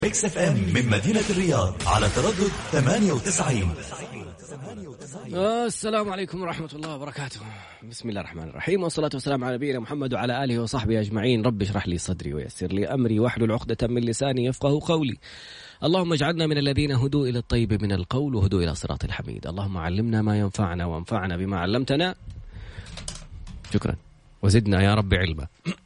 ميكس اف ام من مدينة الرياض على تردد 98. السلام عليكم ورحمة الله وبركاته. بسم الله الرحمن الرحيم، والصلاة والسلام على نبينا محمد وعلى آله وصحبه أجمعين. رب اشرح لي صدري ويسر لي أمري واحلل عقدة من لساني يفقه قولي. اللهم اجعلنا من الذين هدوا إلى الطيب من القول وهدوا إلى صراط الحميد. اللهم علمنا ما ينفعنا وانفعنا بما علمتنا. شكرا وزدنا يا رب علما.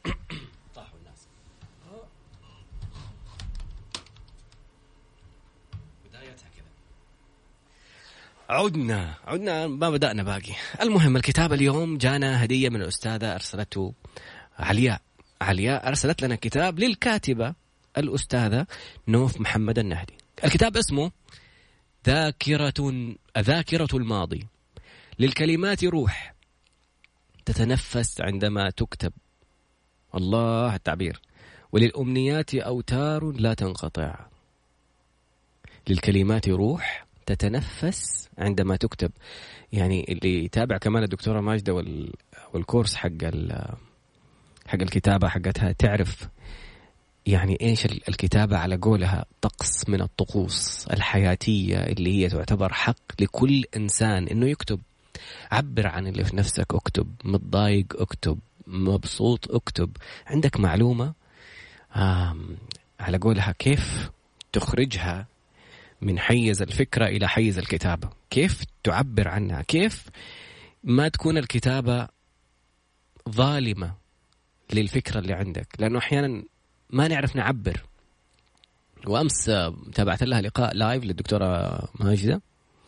عدنا ما بدأنا باقي. المهم الكتاب اليوم جانا هدية من الأستاذة أرسلته علياء أرسلت لنا كتاب للكاتبة الأستاذة نوف محمد النهدي. الكتاب اسمه ذاكرة الماضي. للكلمات روح تتنفس عندما تكتب، الله التعبير، وللأمنيات أوتار لا تنقطع. للكلمات روح تتنفس عندما تكتب. يعني اللي يتابع كمان الدكتورة ماجدة والكورس حق الكتابة حقتها تعرف يعني إيش الكتابة على قولها طقس من الطقوس الحياتية اللي هي تعتبر حق لكل إنسان إنه يكتب. عبر عن اللي في نفسك، اكتب. متضايق اكتب، مبسوط اكتب. عندك معلومة على قولها كيف تخرجها من حيز الفكرة إلى حيز الكتابة، كيف تعبر عنها، كيف ما تكون الكتابة ظالمة للفكرة اللي عندك، لأنه أحيانا ما نعرف نعبر. وأمس تابعت لها لقاء لايف للدكتورة ماجدة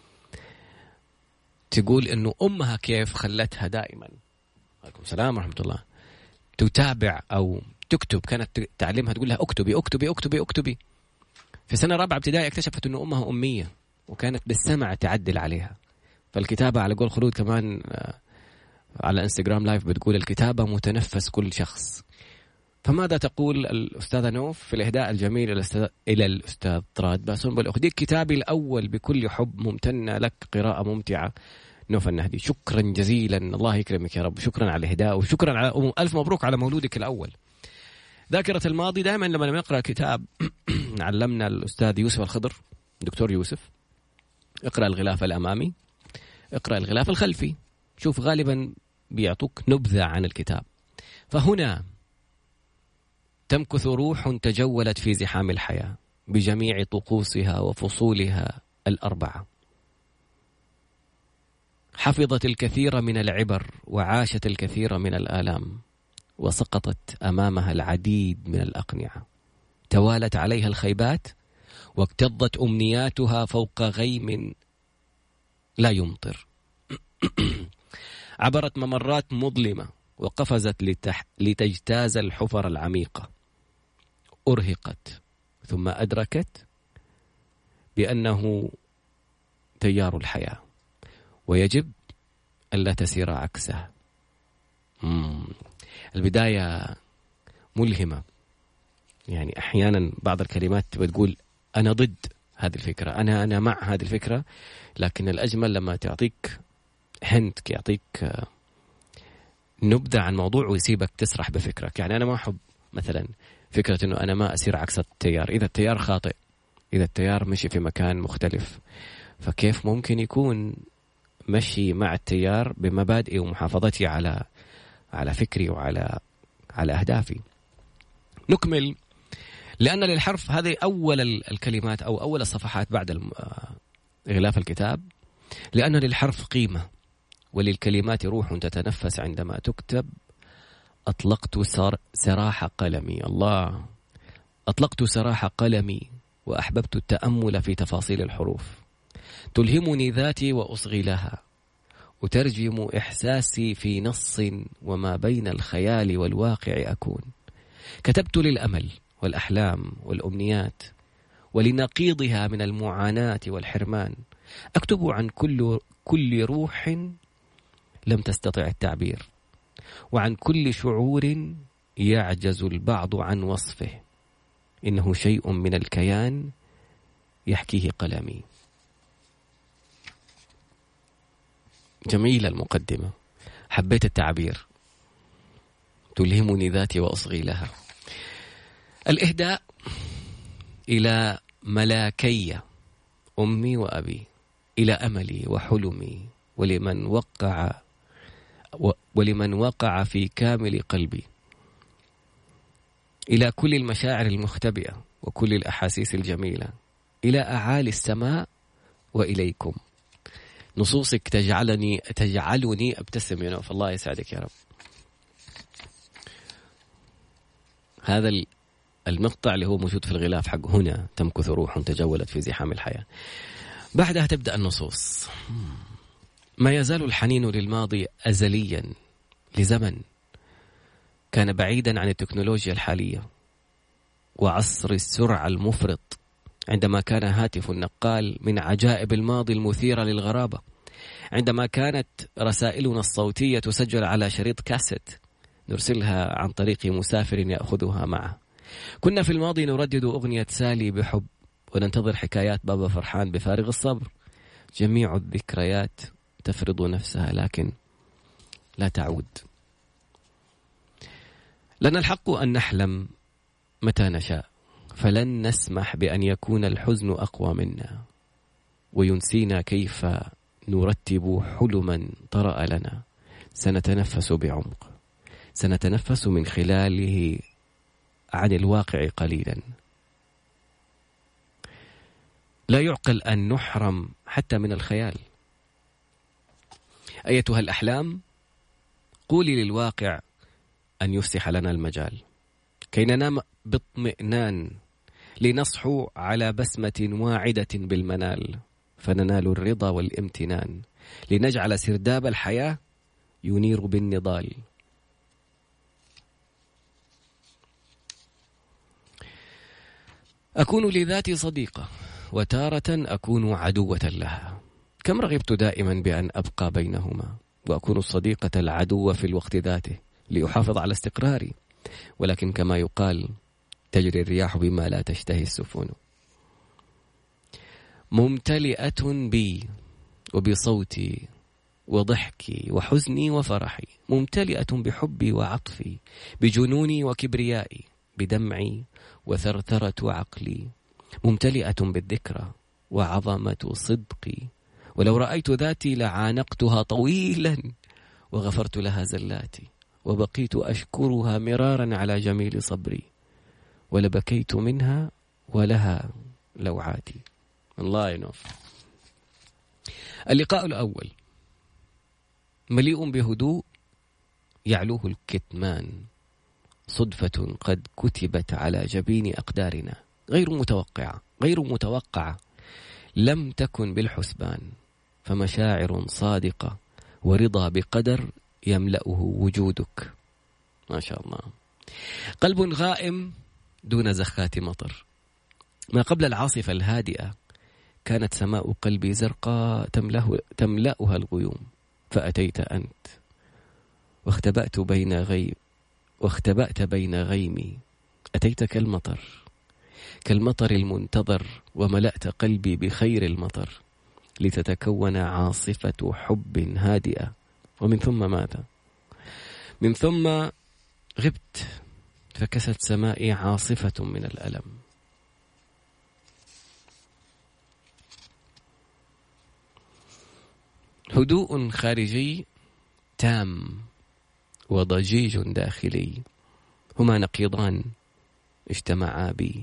تقول إنه أمها كيف خلتها دائما، عليكم السلام ورحمة الله، تتابع أو تكتب. كانت تعلمها تقول لها اكتبي اكتبي اكتبي اكتبي. في سنة رابعة ابتدائي اكتشفت إنه أمها أمية وكانت بالسمع تعدل عليها. فالكتابة على قول خلود كمان على انستغرام لايف بتقول الكتابة متنفس كل شخص. فماذا تقول الأستاذة نوف في الإهداء الجميل إلى الأستاذ طراد باسون؟ أهديك كتابي الأول بكل حب، ممتنة لك، قراءة ممتعة. نوف النهدي. شكرا جزيلا، الله يكرمك يا رب. شكرا على الإهداء وشكرا على ألف مبروك على مولودك الأول. ذاكرة الماضي. دائما لما نقرأ كتاب علمنا الأستاذ يوسف الخضر، دكتور يوسف، اقرأ الغلاف الأمامي، اقرأ الغلاف الخلفي. شوف غالبا بيعطوك نبذة عن الكتاب. فهنا تمكث روح تجولت في زحام الحياة بجميع طقوسها وفصولها الأربعة. حفظت الكثير من العبر وعاشت الكثير من الآلام، وسقطت أمامها العديد من الأقنعة. توالت عليها الخيبات واكتظت أمنياتها فوق غيم لا يمطر. عبرت ممرات مظلمة وقفزت لتجتاز الحفر العميقة. أرهقت ثم أدركت بأنه تيار الحياة ويجب ألا تسير عكسه. البداية ملهمة. يعني أحيانا بعض الكلمات بتقول أنا ضد هذه الفكرة، أنا مع هذه الفكرة، لكن الأجمل لما تعطيك هنت، يعطيك نبذة عن موضوع ويسيبك تسرح بفكرك. يعني أنا ما أحب مثلا فكرة أنه أنا ما أسير عكس التيار. إذا التيار خاطئ، إذا التيار مشي في مكان مختلف، فكيف ممكن يكون مشي مع التيار بمبادئي ومحافظتي على فكري وعلى أهدافي. نكمل. لأن للحرف، هذه أول الكلمات أو أول الصفحات بعد غلاف الكتاب. لأن للحرف قيمة وللكلمات روح تتنفس عندما تكتب. أطلقت سراح قلمي، الله، أطلقت سراح قلمي وأحببت التأمل في تفاصيل الحروف. تلهمني ذاتي وأصغي لها، أترجم إحساسي في نص، وما بين الخيال والواقع أكون. كتبت للأمل والأحلام والأمنيات ولنقيضها من المعاناة والحرمان. أكتب عن كل روح لم تستطع التعبير، وعن كل شعور يعجز البعض عن وصفه. إنه شيء من الكيان يحكيه قلمي. جميلة المقدمة، حبيت التعبير. تلهمني ذاتي وأصغي لها. الإهداء إلى ملاكي أمي وأبي، إلى أملي وحلمي، ولمن وقع في كامل قلبي، إلى كل المشاعر المختبئة وكل الأحاسيس الجميلة، إلى أعالي السماء وإليكم. نصوصك تجعلني أبتسم يا نوف. الله يسعدك يا رب. هذا المقطع اللي هو موجود في الغلاف حق هنا تمكث روح تجولت في زحام الحياة. بعدها تبدأ النصوص. ما يزال الحنين للماضي أزليا، لزمن كان بعيدا عن التكنولوجيا الحالية وعصر السرعة المفرط، عندما كان هاتف النقال من عجائب الماضي المثيرة للغرابة، عندما كانت رسائلنا الصوتية تسجل على شريط كاسيت نرسلها عن طريق مسافر يأخذها معه. كنا في الماضي نردد أغنية سالي بحب وننتظر حكايات بابا فرحان بفارغ الصبر. جميع الذكريات تفرض نفسها لكن لا تعود. لنا الحق أن نحلم متى نشاء، فلن نسمح بأن يكون الحزن أقوى منا وينسينا كيف نرتب حلما طرأ لنا. سنتنفس بعمق، سنتنفس من خلاله عن الواقع قليلا. لا يعقل أن نحرم حتى من الخيال. أيتها الأحلام، قولي للواقع أن يفسح لنا المجال كي ننام باطمئنان، لنصحو على بسمة واعدة بالمنال، فننال الرضا والامتنان، لنجعل سرداب الحياة ينير بالنضال. أكون لذاتي صديقة وتارة أكون عدوة لها. كم رغبت دائما بأن أبقى بينهما وأكون الصديقة العدو في الوقت ذاته لأحافظ على استقراري، ولكن كما يقال تجري الرياح بما لا تشتهي السفن. ممتلئة بي وبصوتي وضحكي وحزني وفرحي، ممتلئة بحبي وعطفي، بجنوني وكبريائي، بدمعي وثرثرة عقلي، ممتلئة بالذكرى وعظمة صدقي. ولو رأيت ذاتي لعانقتها طويلا وغفرت لها زلاتي، وبقيت أشكرها مرارا على جميل صبري، ولبكيت منها ولها لوعاتي. الله ينوف. اللقاء الأول مليء بهدوء يعلوه الكتمان، صدفة قد كتبت على جبين أقدارنا، غير متوقعة، لم تكن بالحسبان، فمشاعر صادقة ورضا بقدر يملأه وجودك. ما شاء الله. قلب غائم دون زخات مطر. ما قبل العاصفة الهادئة كانت سماء قلبي زرقاء تملأها الغيوم، فأتيت أنت واختبأت بين غيمي. أتيت كالمطر المنتظر، وملأت قلبي بخير المطر، لتتكون عاصفة حب هادئة. ومن ثم ماذا؟ من ثم غبت، فكست سمائي عاصفة من الألم. هدوء خارجي تام وضجيج داخلي هما نقيضان اجتمعا بي.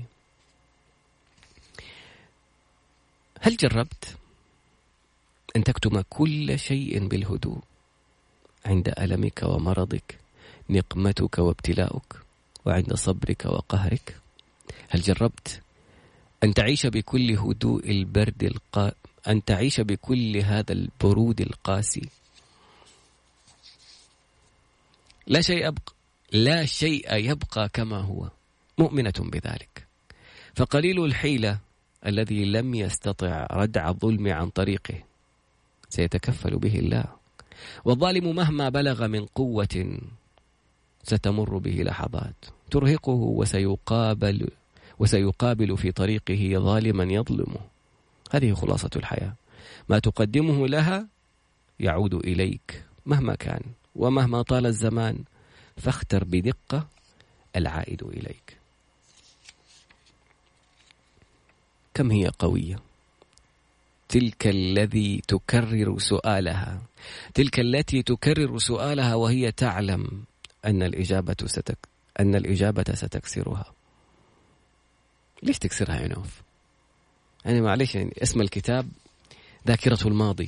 هل جربت أن تكتم كل شيء بالهدوء عند ألمك ومرضك، نقمتك وابتلاؤك، وعند صبرك وقهرك؟ هل جربت أن تعيش بكل هدوء البرد أن تعيش بكل هذا البرود القاسي؟ لا شيء يبقى كما هو، مؤمنة بذلك. فقليل الحيلة الذي لم يستطع ردع الظلم عن طريقه سيتكفل به الله، والظالم مهما بلغ من قوة ستمر به لحظات ترهقه وسيقابل في طريقه ظالما يظلمه. هذه خلاصة الحياة، ما تقدمه لها يعود إليك مهما كان ومهما طال الزمان، فاختر بدقة العائد إليك. كم هي قوية. تلك التي تكرر سؤالها، تلك التي تكرر سؤالها وهي تعلم أن الإجابة ستكسرها. ليش تكسرها يا نوف؟ يعني معلش، يعني اسم الكتاب ذاكرة الماضي.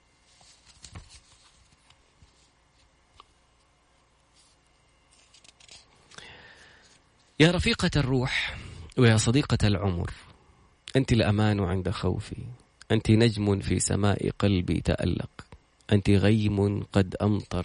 يا رفيقة الروح ويا صديقة العمر، أنت الأمان عند خوفي، أنت نجم في سماء قلبي تألق، أنت غيم قد أمطر.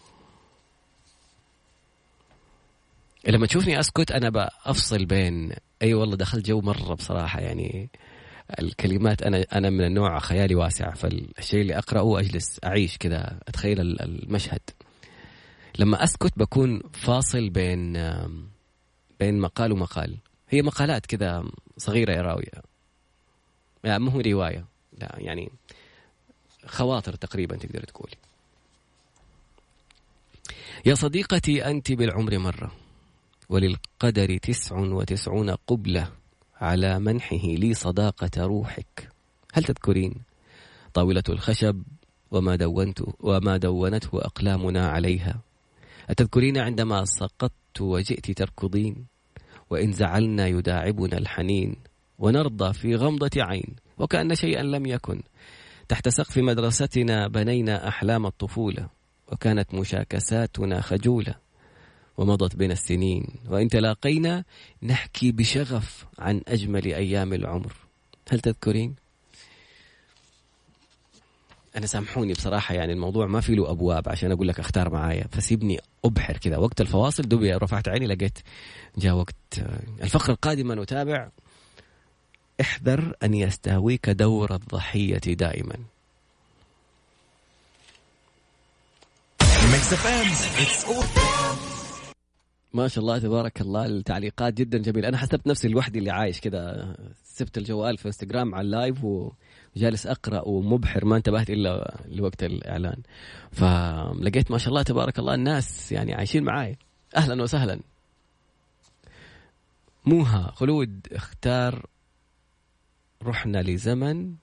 لما تشوفني أسكت أنا بأفصل بين والله دخلت جو مرة بصراحة، يعني الكلمات أنا من النوع خيالي واسع، فالشيء اللي أقرأه أجلس أعيش كذا، أتخيل المشهد. لما أسكت بكون فاصل بين مقال ومقال. هي مقالات كذا صغيرة يا راوية، يعني مو رواية، لا يعني خواطر تقريبا تقدر تقولي. يا صديقتي أنت بالعمر مرة، وللقدر 99 قبلة على منحه لي صداقة روحك. هل تذكرين طاولة الخشب وما دونته أقلامنا عليها؟ أتذكرين عندما سقطت وجئت تركضين، وإن زعلنا يداعبنا الحنين، ونرضى في غمضة عين وكأن شيئا لم يكن. تحت سقف مدرستنا بنينا أحلام الطفولة، وكانت مشاكساتنا خجولة، ومضت بنا السنين، وإن تلاقينا نحكي بشغف عن أجمل أيام العمر. هل تذكرين؟ أنا سامحوني بصراحة، يعني الموضوع ما في له أبواب عشان أقول لك أختار معايا، فسيبني أبحر كذا. وقت الفواصل دوبي رفعت عيني لقيت جاء وقت الفقرة القادمة. نتابع. احذر أن يستهويك دور الضحية دائما. ما شاء الله تبارك الله، التعليقات جدا جميلة. أنا حسبت نفسي لوحدي اللي عايش كذا، سبت الجوال في انستغرام على اللايف وجالس أقرأ ومبحر، ما انتبهت إلا لوقت الإعلان، فلقيت ما شاء الله تبارك الله الناس يعني عايشين معاي. أهلا وسهلا. موها خلود اختار رحنا لزمن.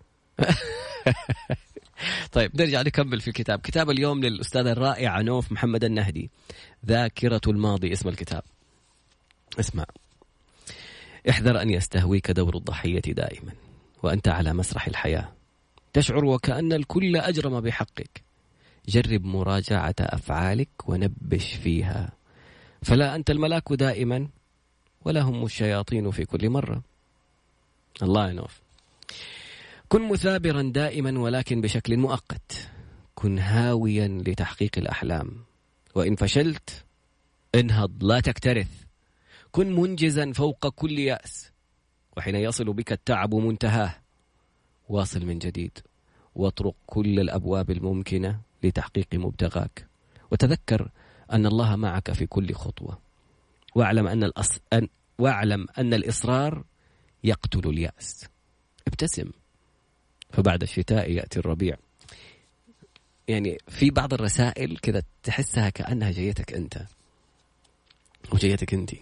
طيب نرجع نكمل في الكتاب. كتاب اليوم للأستاذ الرائع نوف محمد النهدي، ذاكرة الماضي اسم الكتاب. اسمع. احذر أن يستهويك دور الضحية دائما وأنت على مسرح الحياة، تشعر وكأن الكل أجرم بحقك. جرب مراجعة أفعالك ونبش فيها، فلا أنت الملاك دائما ولا هم الشياطين في كل مرة. الله يا نوف. كن مثابرا دائما ولكن بشكل مؤقت. كن هاويا لتحقيق الأحلام، وإن فشلت انهض لا تكترث. كن منجزا فوق كل يأس، وحين يصل بك التعب منتهاه واصل من جديد، واطرق كل الأبواب الممكنة لتحقيق مبتغاك. وتذكر أن الله معك في كل خطوة، واعلم أن الإصرار يقتل اليأس. ابتسم، فبعد الشتاء يأتي الربيع. يعني في بعض الرسائل كذا تحسها كأنها جيتك أنت وجيتك أنت.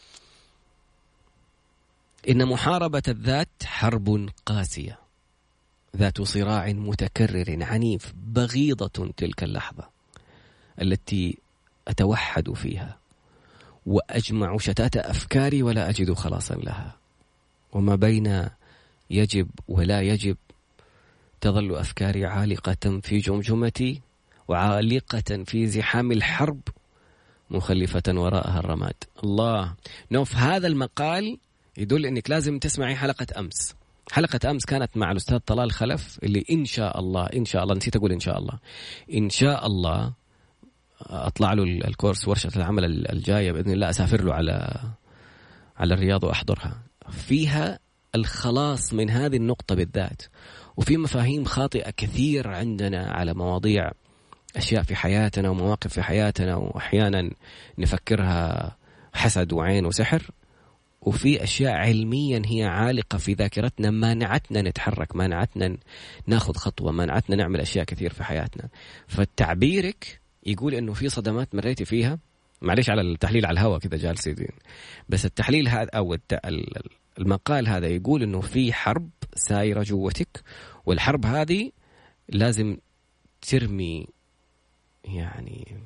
إن محاربة الذات حرب قاسية، ذات صراع متكرر عنيف، بغيضة تلك اللحظة التي أتوحد فيها وأجمع شتات أفكاري ولا أجد خلاصا لها. وما بين يجب ولا يجب تظل أفكاري عالقة في جمجمتي وعالقة في زحام الحرب، مخلفة وراءها الرماد. الله نوف، هذا المقال يدل أنك لازم تسمعي حلقة أمس. حلقة أمس كانت مع الأستاذ طلال خلف، اللي إن شاء الله نسيت أقول إن شاء الله أطلع له الكورس ورشة العمل الجاية بإذن الله، أسافر له على الرياض وأحضرها. فيها الخلاص من هذه النقطة بالذات، وفي مفاهيم خاطئة كثير عندنا على مواضيع أشياء في حياتنا ومواقف في حياتنا، وأحيانا نفكرها حسد وعين وسحر، وفي أشياء علميا هي عالقة في ذاكرتنا، مانعتنا نتحرك، مانعتنا ناخذ خطوة، مانعتنا نعمل أشياء كثير في حياتنا. فتعبيرك يقول إنه في صدمات مريتي فيها، معليش على التحليل على الهواء كذا جالسين، بس التحليل هذا أو المقال هذا يقول إنه في حرب سايرة جوتك، والحرب هذه لازم ترمي يعني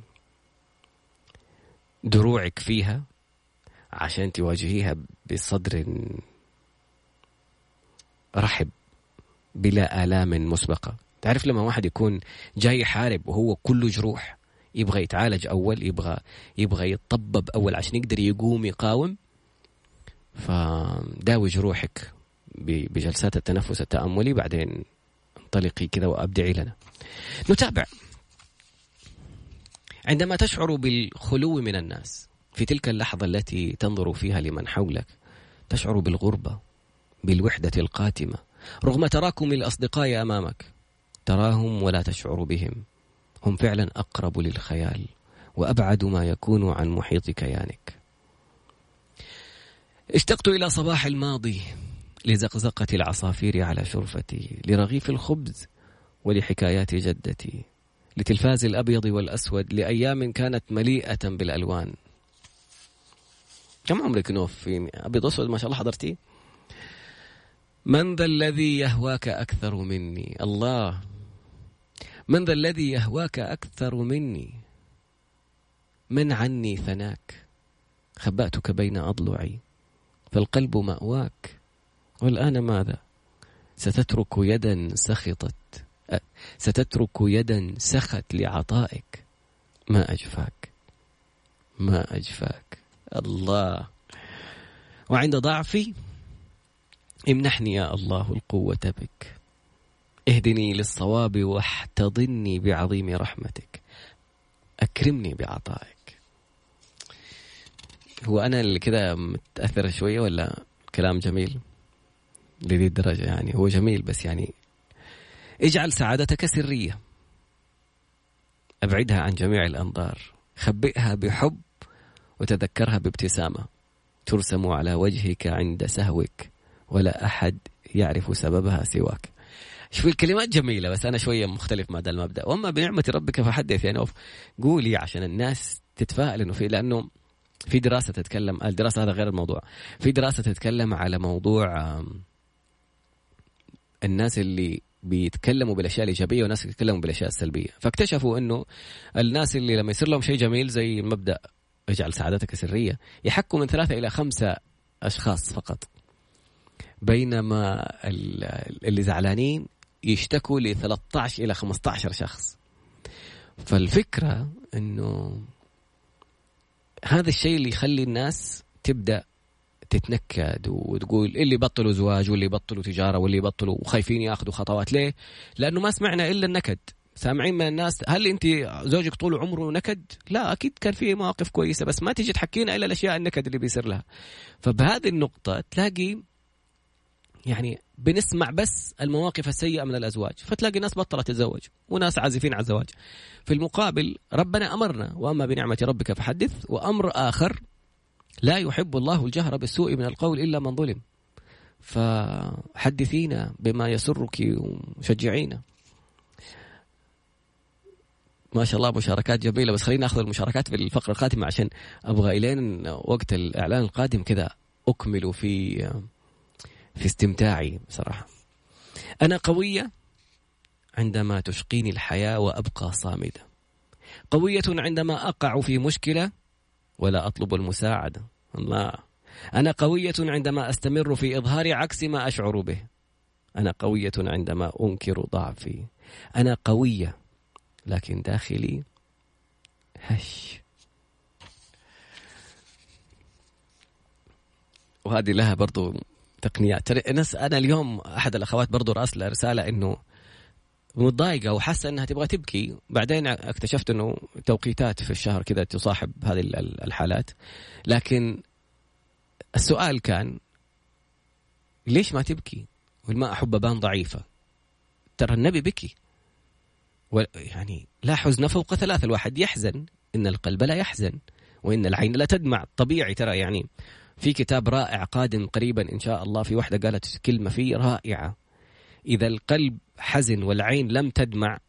دروعك فيها عشان تواجهيها بصدر رحب بلا آلام مسبقة. تعرف لما واحد يكون جاي يحارب وهو كله جروح، يبغى يتعالج أول، يبغى يتطبب أول عشان يقدر يقوم يقاوم، فداوي جروحك بجلسات التنفس التأملي، بعدين انطلقي كذا وأبدعي لنا. نتابع. عندما تشعر بالخلو من الناس في تلك اللحظة التي تنظر فيها لمن حولك، تشعر بالغربة، بالوحدة القاتمة، رغم تراكم الأصدقاء أمامك. تراهم ولا تشعر بهم، هم فعلا أقرب للخيال وأبعد ما يكون عن محيط كيانك. اشتقت إلى صباح الماضي، لزقزقة العصافير على شرفتي، لرغيف الخبز ولحكايات جدتي، لتلفاز الأبيض والأسود، لأيام كانت مليئة بالألوان. كم عمرك نوف في أبيض أسود ما شاء الله حضرتي؟ من ذا الذي يهواك أكثر مني؟ الله، من ذا الذي يهواك أكثر مني؟ من عني ثناك؟ خبأتك بين أضلعي، فالقلب مأواك. والآن ماذا؟ ستترك يدا سخت لعطائك. ما أجفاك الله. وعند ضعفي امنحني يا الله القوة بك، اهدني للصواب واحتضني بعظيم رحمتك، أكرمني بعطائك. هو أنا اللي كده متأثر شوية ولا كلام جميل لذي الدرجة؟ يعني هو جميل، بس يعني اجعل سعادتك سرية، أبعدها عن جميع الأنظار، خبئها بحب وتذكرها بابتسامة ترسم على وجهك عند سهوك، ولا أحد يعرف سببها سواك. شوف الكلمات جميلة، بس أنا شوية مختلف مع هذا المبدأ. وأما بنعمة ربك فحدث، يعني قولي عشان الناس تتفائل إنه لأنه في دراسة تتكلم، الدراسة هذا غير الموضوع، في دراسة تتكلم على موضوع الناس اللي بيتكلموا بالأشياء الإيجابية والناس اللي يتكلموا بالأشياء السلبية. فاكتشفوا إنه الناس اللي لما يصير لهم شيء جميل زي مبدأ اجعل سعادتك سرية، يحكوا من 3 إلى 5 أشخاص فقط، بينما اللي زعلانين يشتكوا ل 13 إلى 15 شخص. فالفكرة إنه هذا الشيء اللي يخلي الناس تبدأ تتنكد وتقول اللي بطلوا زواج واللي بطلوا تجارة واللي بطلوا وخايفين ياخذوا خطوات. ليه؟ لأنه ما سمعنا إلا النكد. سامعين من الناس هل أنت زوجك طول عمره نكد؟ لا، أكيد كان فيه مواقف كويسة، بس ما تيجي تحكينا إلا الأشياء النكد اللي بيصير لها. فبهذه النقطة تلاقي يعني بنسمع بس المواقف السيئة من الأزواج، فتلاقي ناس بطلت تتزوج وناس عازفين على الزواج. في المقابل ربنا أمرنا وأما بنعمة ربك فحدث، وأمر آخر لا يحب الله الجهر بالسوء من القول إلا من ظلم، فحدثينا بما يسرك وشجعينا. ما شاء الله مشاركات جميلة، بس خلينا نأخذ المشاركات في الفقرة القادمة عشان أبغى إلين وقت الإعلان القادم كذا أكمل في استمتاعي بصراحة. أنا قوية عندما تشقيني الحياة وأبقى صامدة، قوية عندما أقع في مشكلة ولا أطلب المساعدة. الله، أنا قوية عندما أستمر في إظهار عكس ما أشعر به، أنا قوية عندما أنكر ضعفي، أنا قوية لكن داخلي هش. وهذه لها برضو تقنيات. أنا اليوم أحد الأخوات برضو راسل رسالة إنه متضايقة وحاسة أنها تبغى تبكي، بعدين اكتشفت أنه توقيتات في الشهر كذا تصاحب هذه الحالات. لكن السؤال كان ليش ما تبكي؟ والماء حببان ضعيفة. ترى النبي بكي، يعني لا حزن فوق 3. الواحد يحزن، إن القلب لا يحزن وإن العين لا تدمع. طبيعي ترى، يعني في كتاب رائع قادم قريبا إن شاء الله، في واحدة قالت كلمة فيه رائعة: إذا القلب حزن والعين لم تدمع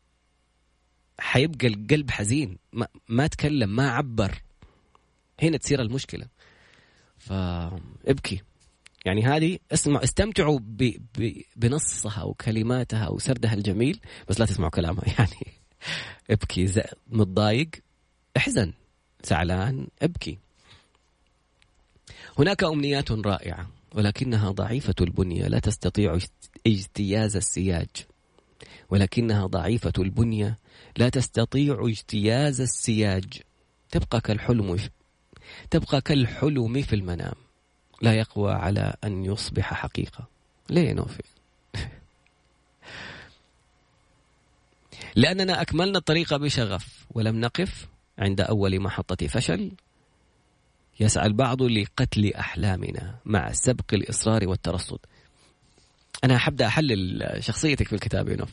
حيبقى القلب حزين، ما تكلم، ما عبر. هنا تصير المشكلة. فابكي يعني هذه استمتعوا بنصها وكلماتها وسردها الجميل، بس لا تسمعوا كلامها. يعني ابكي، متضايق احزن، زعلان ابكي. هناك أمنيات رائعة ولكنها ضعيفة البنية، لا تستطيع اجتياز السياج. ولكنها ضعيفة البنية لا تستطيع اجتياز السياج. تبقى كالحلم في المنام، لا يقوى على أن يصبح حقيقة. ليه نوفي؟ لأننا أكملنا الطريق بشغف ولم نقف عند أول محطة فشل. يسعى البعض لقتل أحلامنا مع سبق الإصرار والترصد. أنا حبدأ أحلل شخصيتك في الكتاب يا نوف.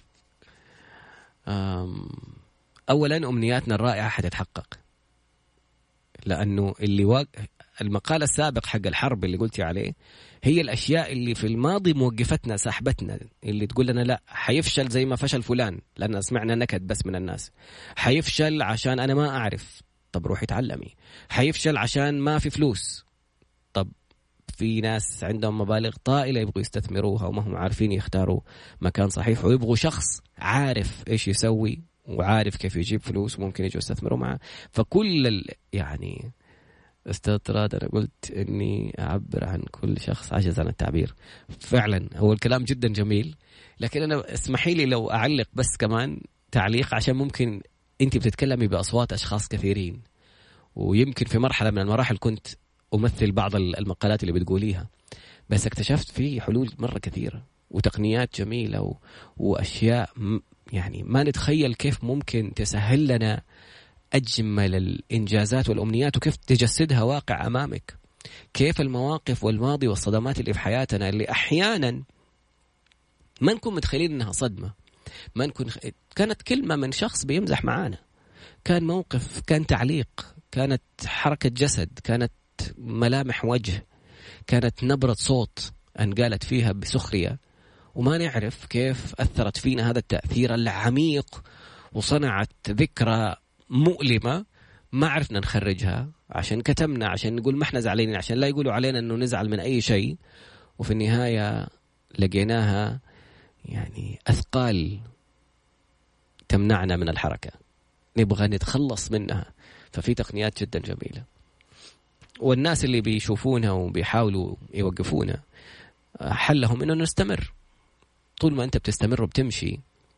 أولا أمنياتنا الرائعة حتتحقق، لأنه المقال السابق حق الحرب اللي قلتي عليه هي الأشياء اللي في الماضي موقفتنا سحبتنا، اللي تقول لنا لا حيفشل زي ما فشل فلان لأن سمعنا نكد بس من الناس. حيفشل عشان أنا ما أعرف، طب روحي تعلمي. حيفشل عشان ما في فلوس، طب في ناس عندهم مبالغ طائلة يبغوا يستثمروها وما هم عارفين يختاروا مكان صحيح، ويبغوا شخص عارف إيش يسوي وعارف كيف يجيب فلوس وممكن يجوا يستثمروا معه. فكل يعني استطراد، أنا قلت إني أعبر عن كل شخص عجز عن التعبير. فعلا هو الكلام جدا جميل، لكن أنا اسمحي لي لو أعلق بس كمان تعليق، عشان ممكن أنت بتتكلمي بأصوات أشخاص كثيرين، ويمكن في مرحلة من المراحل كنت أمثل بعض المقالات اللي بتقوليها، بس اكتشفت في حلول مرة كثيرة وتقنيات جميلة وأشياء يعني ما نتخيل كيف ممكن تسهل لنا أجمل الإنجازات والأمنيات، وكيف تجسدها واقع أمامك. كيف المواقف والماضي والصدمات اللي في حياتنا اللي أحيانا ما نكون متخيلين أنها صدمة، ما نكون كانت كلمة من شخص بيمزح معانا، كان موقف، كان تعليق، كانت حركة جسد، كانت ملامح وجه، كانت نبرة صوت أنقالت فيها بسخرية، وما نعرف كيف أثرت فينا هذا التأثير العميق وصنعت ذكرى مؤلمة ما عرفنا نخرجها عشان كتمنا، عشان نقول ما احنا زعلانين، عشان لا يقولوا علينا أنه نزعل من أي شيء. وفي النهاية لقيناها يعني أثقال تمنعنا من الحركة، نبغى نتخلص منها. ففي تقنيات جدا جميلة، والناس اللي بيشوفونها وبيحاولوا يوقفونا حلهم إنه نستمر. طول ما أنت بتستمر وبتمشي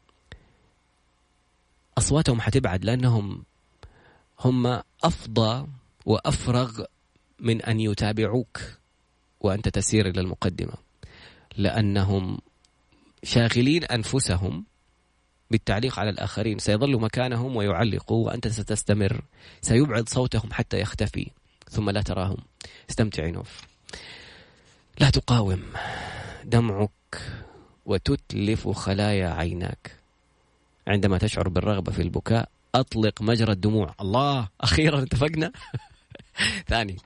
أصواتهم حتبعد، لأنهم هم أفضى وأفرغ من أن يتابعوك وأنت تسير إلى المقدمة، لأنهم شاغلين أنفسهم بالتعليق على الآخرين. سيظلوا مكانهم ويعلقوا وأنت ستستمر، سيبعد صوتهم حتى يختفي ثم لا تراهم. استمتعي نوف. لا تقاوم، دمعك وتتلف خلايا عيناك. عندما تشعر بالرغبة في البكاء أطلق مجرى الدموع. الله، أخيرا اتفقنا. ثاني،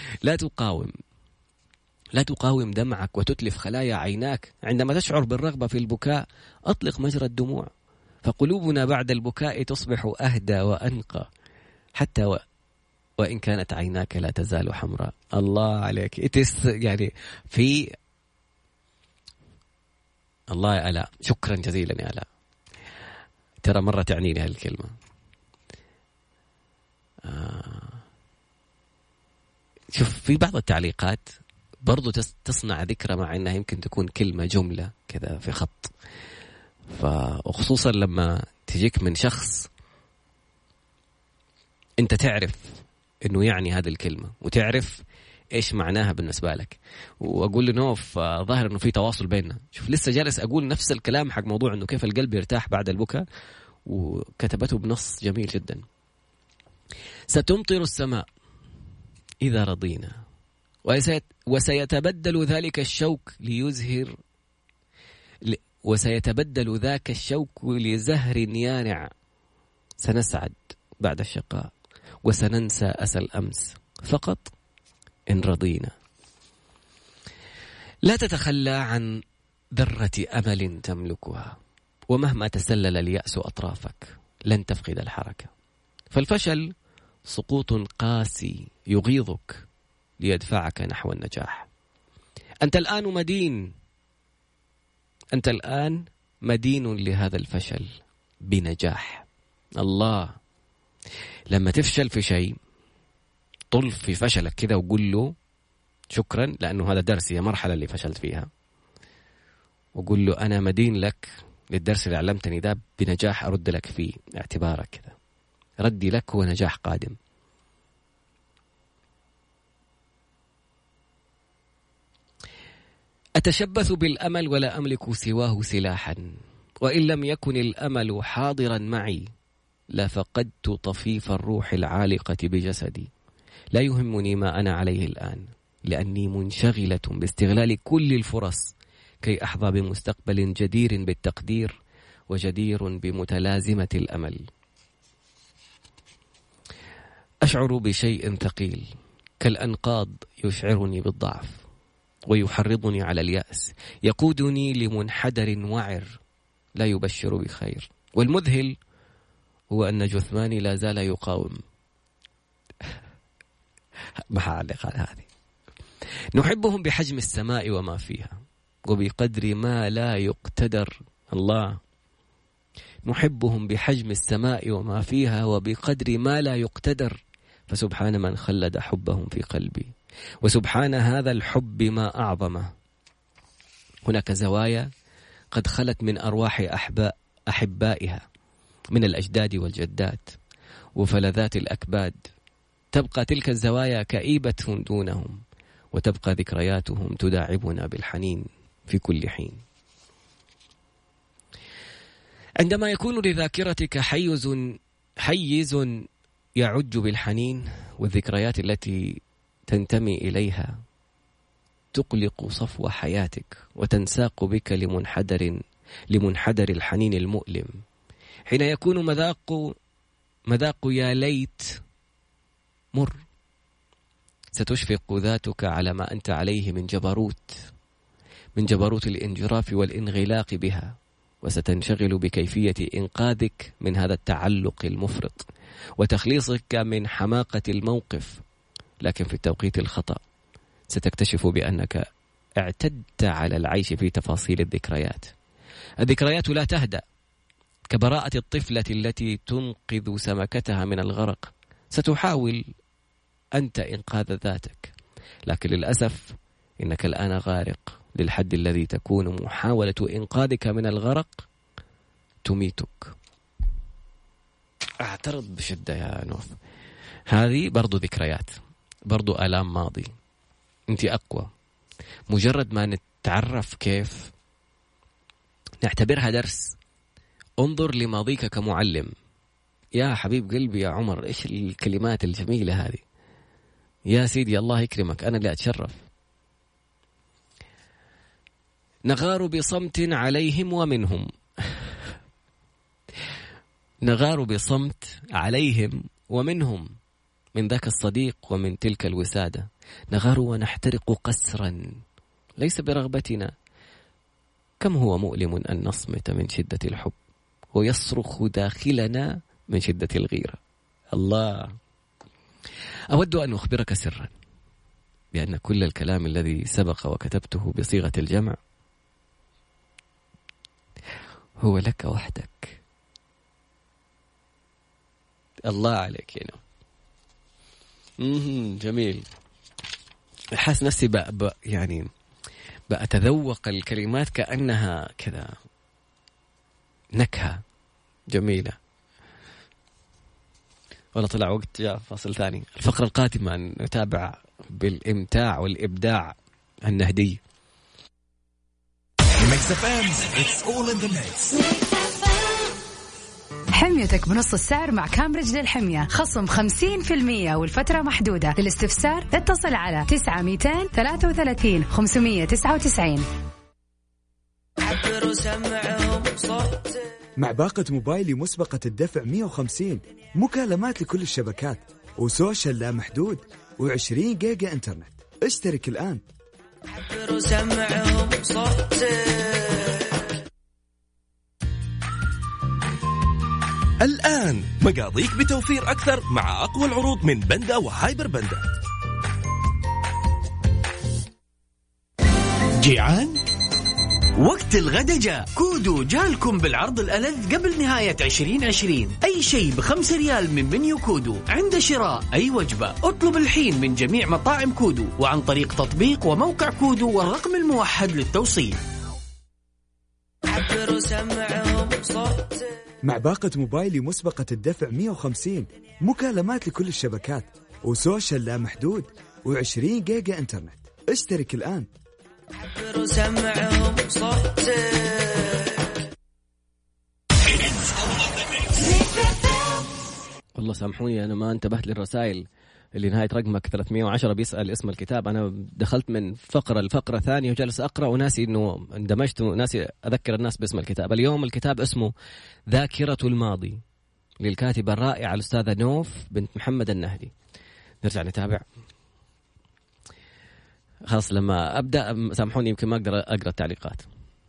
لا تقاوم دمعك وتتلف خلايا عيناك. عندما تشعر بالرغبة في البكاء أطلق مجرى الدموع، فقلوبنا بعد البكاء تصبح أهدى وأنقى، حتى وإن كانت عيناك لا تزال حمراء. الله عليك. يعني في الله يا آلاء، شكرا جزيلا يا آلاء، ترى مرة تعنيني هالكلمة. شوف، في بعض التعليقات برضو تصنع ذكرى مع أنها يمكن تكون كلمة جملة كذا في خط، وخصوصا لما تجيك من شخص أنت تعرف أنه يعني هذه الكلمة وتعرف إيش معناها بالنسبة لك. وأقول له نوف، ظاهر أنه في تواصل بيننا. شوف، لسه جالس أقول نفس الكلام حق موضوع أنه كيف القلب يرتاح بعد البكاء، وكتبته بنص جميل جدا. ستمطر السماء إذا رضينا، وسيتبدل ذلك الشوك ليزهر، وسيتبدل ذاك الشوك لزهر يانع. سنسعد بعد الشقاء وسننسى أسى الأمس فقط إن رضينا. لا تتخلى عن ذرة أمل تملكها، ومهما تسلل اليأس أطرافك لن تفقد الحركة. فالفشل سقوط قاسي يغيظك ليدفعك نحو النجاح. أنت الآن مدين، أنت الآن مدين لهذا الفشل بنجاح. الله لما تفشل في شيء طل في فشلك كذا وقول له شكرا لأنه هذا درس، هي مرحلة اللي فشلت فيها، وقول له أنا مدين لك للدرس اللي علمتني ده بنجاح أرد لك فيه، اعتبارك كذا ردي لك هو نجاح قادم. أتشبث بالأمل ولا أملك سواه سلاحا، وإن لم يكن الأمل حاضرا معي لفقدت طفيف الروح العالقة بجسدي. لا يهمني ما أنا عليه الآن، لأني منشغلة باستغلال كل الفرص كي أحظى بمستقبل جدير بالتقدير وجدير بمتلازمة الأمل. أشعر بشيء ثقيل كالأنقاض يشعرني بالضعف ويحرضني على اليأس، يقودني لمنحدر وعر لا يبشر بخير. والمذهل هو أن جثماني لا زال يقاوم. ما هعلق على هذه. نحبهم بحجم السماء وما فيها وبقدر ما لا يقتدر. الله نحبهم بحجم السماء وما فيها وبقدر ما لا يقتدر، فسبحان من خلد حبهم في قلبي، وسبحان هذا الحب ما أعظمه. هناك زوايا قد خلت من أرواح أحبائها من الأجداد والجدات وفلذات الأكباد، تبقى تلك الزوايا كئيبة دونهم، وتبقى ذكرياتهم تداعبنا بالحنين في كل حين. عندما يكون لذاكرتك حيز يعج بالحنين، والذكريات التي تنتمي إليها تقلق صفو حياتك وتنساق بك لمنحدر الحنين المؤلم، حين يكون مذاق يا ليت مر، ستشفق ذاتك على ما أنت عليه من جبروت الانجراف والانغلاق بها، وستنشغل بكيفية إنقاذك من هذا التعلق المفرط وتخليصك من حماقة الموقف. لكن في التوقيت الخطأ ستكتشف بأنك اعتدت على العيش في تفاصيل الذكريات. الذكريات لا تهدأ، كبراءة الطفلة التي تنقذ سمكتها من الغرق. ستحاول أنت إنقاذ ذاتك، لكن للأسف إنك الآن غارق للحد الذي تكون محاولة إنقاذك من الغرق تميتك. أعترض بشدة يا نوف، هذه برضو ذكريات، برضو آلام ماضي. أنت أقوى. مجرد ما نتعرف كيف نعتبرها درس. انظر لماضيك كمعلم. يا حبيب قلبي يا عمر، إيش الكلمات الجميلة هذه؟ يا سيدي الله يكرمك، أنا اللي أتشرف. نغار بصمت عليهم ومنهم. نغار بصمت عليهم ومنهم، من ذاك الصديق ومن تلك الوسادة. نغار ونحترق قسرا ليس برغبتنا. كم هو مؤلم أن نصمت من شدة الحب ويصرخ داخلنا من شدة الغيرة. الله، أود أن أخبرك سرا بأن كل الكلام الذي سبق وكتبته بصيغة الجمع هو لك وحدك. الله عليك يا نو. جميل. أحس نفسي يعني بأتذوق الكلمات كأنها كذا نكهة جميلة. والله طلع وقت جاء فاصل ثاني. الفقرة القادمة نتابع بالإمتاع والإبداع النهدي. حميتك بنص السعر مع كامبريدج للحمية، خصم 50% والفترة محدودة. للاستفسار اتصل على 9233 599. مع باقة موبايلي مسبقة الدفع 150، مكالمات لكل الشبكات وسوشيال لا محدود و20 جيجا انترنت. اشترك الآن. الآن مقاضيك بتوفير أكثر مع أقوى العروض من بندا وهايبر بندا. جيعان؟ وقت الغدا جاء. كودو جالكم بالعرض الألذ قبل نهاية 2020. أي شيء ب5 ريال من منيو كودو عند شراء أي وجبة. اطلب الحين من جميع مطاعم كودو وعن طريق تطبيق وموقع كودو والرقم الموحد للتوصيل. مع باقة موبايلي مسبقة الدفع 150 مكالمات لكل الشبكات وسوشيال لا محدود و20 جيجا انترنت. اشترك الآن. والله سامحوني أنا ما انتبهت للرسائل اللي نهاية رقمك 310 بيسأل اسم الكتاب. أنا دخلت من فقرة لفقرة ثانية وجالس أقرأ وناسي إنه اندمجت وناسي أذكر الناس باسم الكتاب. اليوم الكتاب اسمه ذاكرة الماضي للكاتبة الرائعة الأستاذة نوف بنت محمد النهدي. نرجع نتابع. خلاص لما أبدأ سامحوني يمكن ما أقدر أقرأ التعليقات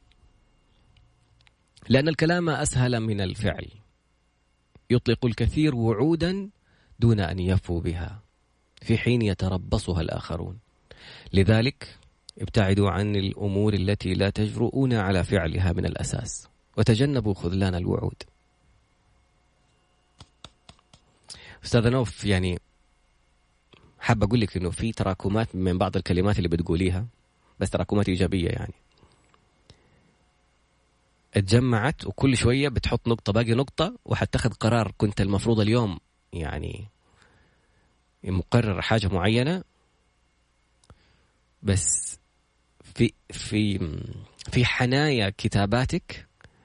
لأن الكلام أسهل من الفعل. يطلق الكثير وعودا دون أن يفوا بها في حين يتربصها الآخرون. لذلك ابتعدوا عن الأمور التي لا تجرؤون على فعلها من الأساس وتجنبوا خذلان الوعود. أستاذ نوف يعني حاب أقول لك إنه في تراكمات من بعض الكلمات اللي بتقوليها بس تراكمات إيجابية يعني اتجمعت وكل شوية بتحط نقطة باقي نقطة وحتاخذ قرار. كنت المفروض اليوم يعني مقرر حاجة معينة بس في حنايا كتاباتك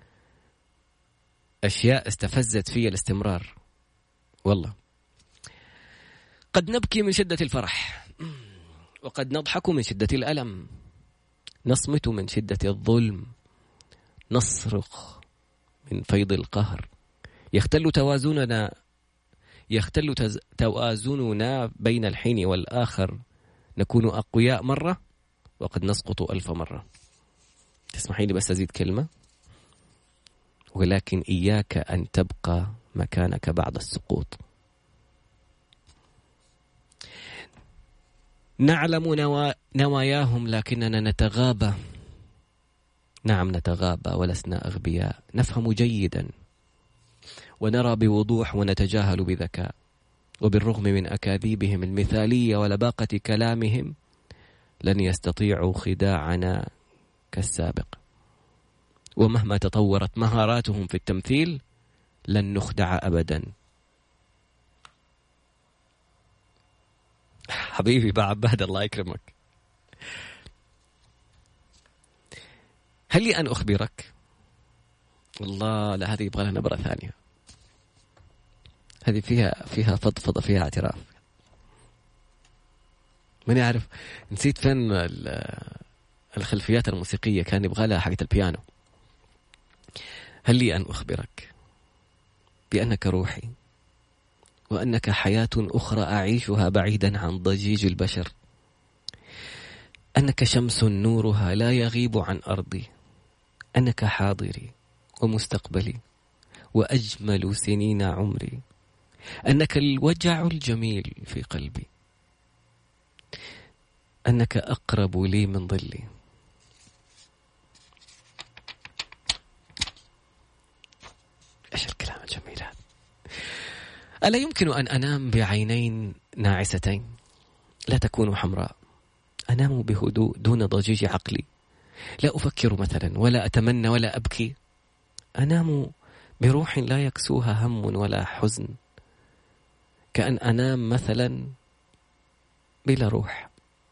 أشياء استفزت في الاستمرار. والله قد نبكي من شدة الفرح وقد نضحك من شدة الألم، نصمت من شدة الظلم، نصرخ من فيض القهر، يختل توازننا بين الحين والآخر، نكون أقوياء مرة وقد نسقط 1000 مرة. تسمحي لي بس أزيد كلمة، ولكن إياك أن تبقى مكانك بعد السقوط. نعلم نواياهم لكننا نتغابى. نعم نتغابى ولسنا أغبياء، نفهم جيدا ونرى بوضوح ونتجاهل بذكاء، وبالرغم من أكاذيبهم المثالية ولباقة كلامهم لن يستطيعوا خداعنا كالسابق، ومهما تطورت مهاراتهم في التمثيل لن نخدع أبدا. حبيبي بعباد الله يكرمك، هل لي أن أخبرك؟ والله لا، هذه يبغى لها نبرة ثانية، هذه فيها فضفضة، فيها اعتراف. ماني عارف نسيت فين الخلفيات الموسيقية، كان يبغى لها حاجة البيانو. هل لي أن أخبرك بأنك روحي، وأنك حياة أخرى أعيشها بعيدا عن ضجيج البشر، أنك شمس نورها لا يغيب عن أرضي، أنك حاضري ومستقبلي وأجمل سنين عمري، أنك الوجع الجميل في قلبي، أنك أقرب لي من ظلي. إيش الكلام الجميل هذا؟ ألا يمكن أن أنام بعينين ناعستين لا تكون حمراء؟ أنام بهدوء دون ضجيج عقلي، لا أفكر مثلا ولا أتمنى ولا أبكي. أنام بروح لا يكسوها هم ولا حزن، كأن أنام مثلا بلا روح.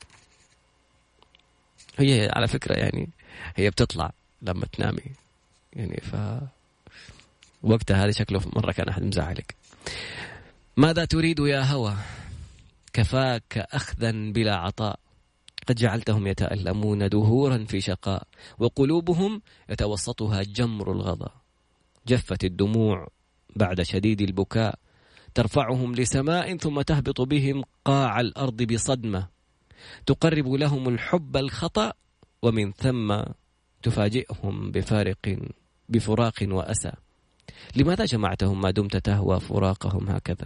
هي على فكرة يعني هي بتطلع لما تنامي يعني، وقتها هذا شكله مرة كان أحد مزعلك. ماذا تريد يا هوى؟ كفاك أخذا بلا عطاء، قد جعلتهم يتألمون دهورا في شقاء، وقلوبهم يتوسطها جمر الغضا. جفت الدموع بعد شديد البكاء، ترفعهم لسماء ثم تهبط بهم قاع الأرض بصدمة، تقرب لهم الحب الخطأ، ومن ثم تفاجئهم بفراق وأسى. لماذا جمعتهم ما دمت تهوى فراقهم هكذا؟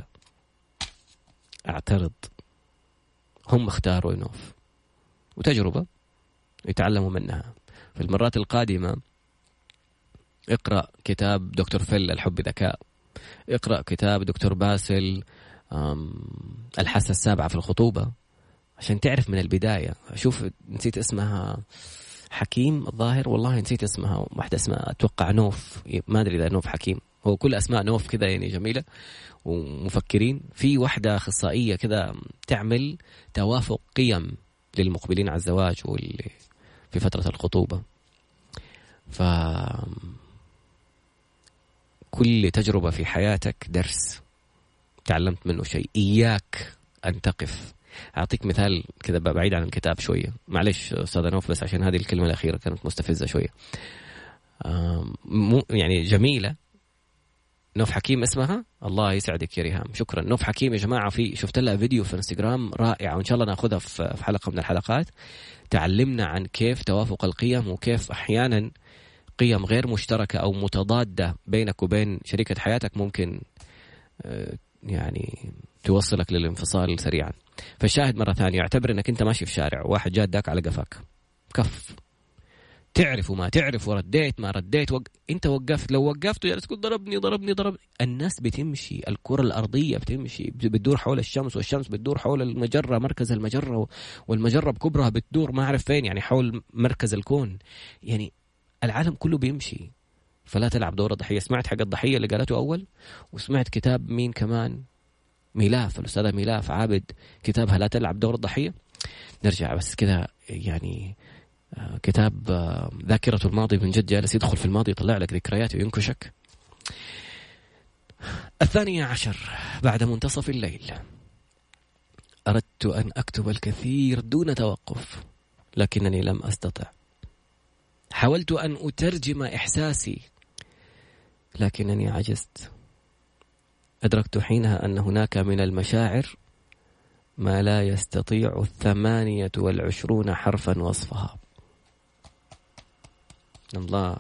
اعترض، هم اختاروا نوف، وتجربة يتعلموا منها. في المرات القادمة اقرأ كتاب دكتور فل الحب ذكاء، اقرأ كتاب دكتور باسل الحاسة السابعة في الخطوبة عشان تعرف من البداية. أشوف نسيت اسمها حكيم الظاهر، والله نسيت اسمها، واحدة اسمها أتوقع نوف، ما أدري إذا نوف حكيم، هو كل أسماء نوف كذا يعني جميلة ومفكرين. في واحدة أخصائية كذا تعمل توافق قيم للمقبلين على الزواج واللي في فترة الخطوبة. كل تجربة في حياتك درس تعلمت منه شيء، إياك أن تقف. أعطيك مثال كذا بعيد عن الكتاب شوية، معلش أستاذ نوف بس عشان هذه الكلمة الأخيرة كانت مستفزة شوية، يعني جميلة. نوف حكيم اسمها، الله يسعدك يا ريهام، شكرا. نوف حكيم يا جماعة، في شفت لها فيديو في انستغرام رائع، وإن شاء الله نأخذها في حلقة من الحلقات. تعلمنا عن كيف توافق القيم، وكيف أحيانا قيم غير مشتركة أو متضادة بينك وبين شريكة حياتك ممكن يعني توصلك للانفصال سريعا. فالشاهد مرة ثانية، اعتبر أنك أنت ماشي في شارع واحد جاء داك على قفاك، كف، تعرف وما تعرف، ورديت ما رديت، أنت وقفت، لو وقفت وجالس تقول ضربني. الناس بتمشي، الكرة الأرضية بتمشي، بتدور حول الشمس، والشمس بتدور حول المجرة، مركز المجرة، والمجرة بكبرها بتدور ما أعرف فين، يعني حول مركز الكون. يعني العالم كله بيمشي، فلا تلعب دور الضحية. سمعت حق الضحية اللي قالته أول، وسمعت كتاب مين كمان، ميلاف، الأستاذة ميلاف عابد، كتابها لا تلعب دور الضحية. نرجع بس كذا يعني كتاب ذاكرة الماضي، من جد جالس يدخل في الماضي يطلع لك ذكريات وينكشك. 12 بعد منتصف الليل، أردت أن أكتب الكثير دون توقف لكنني لم أستطع. حاولت أن أترجم إحساسي لكنني عجزت. أدركت حينها أن هناك من المشاعر ما لا يستطيع 28 حرفا وصفها. الله.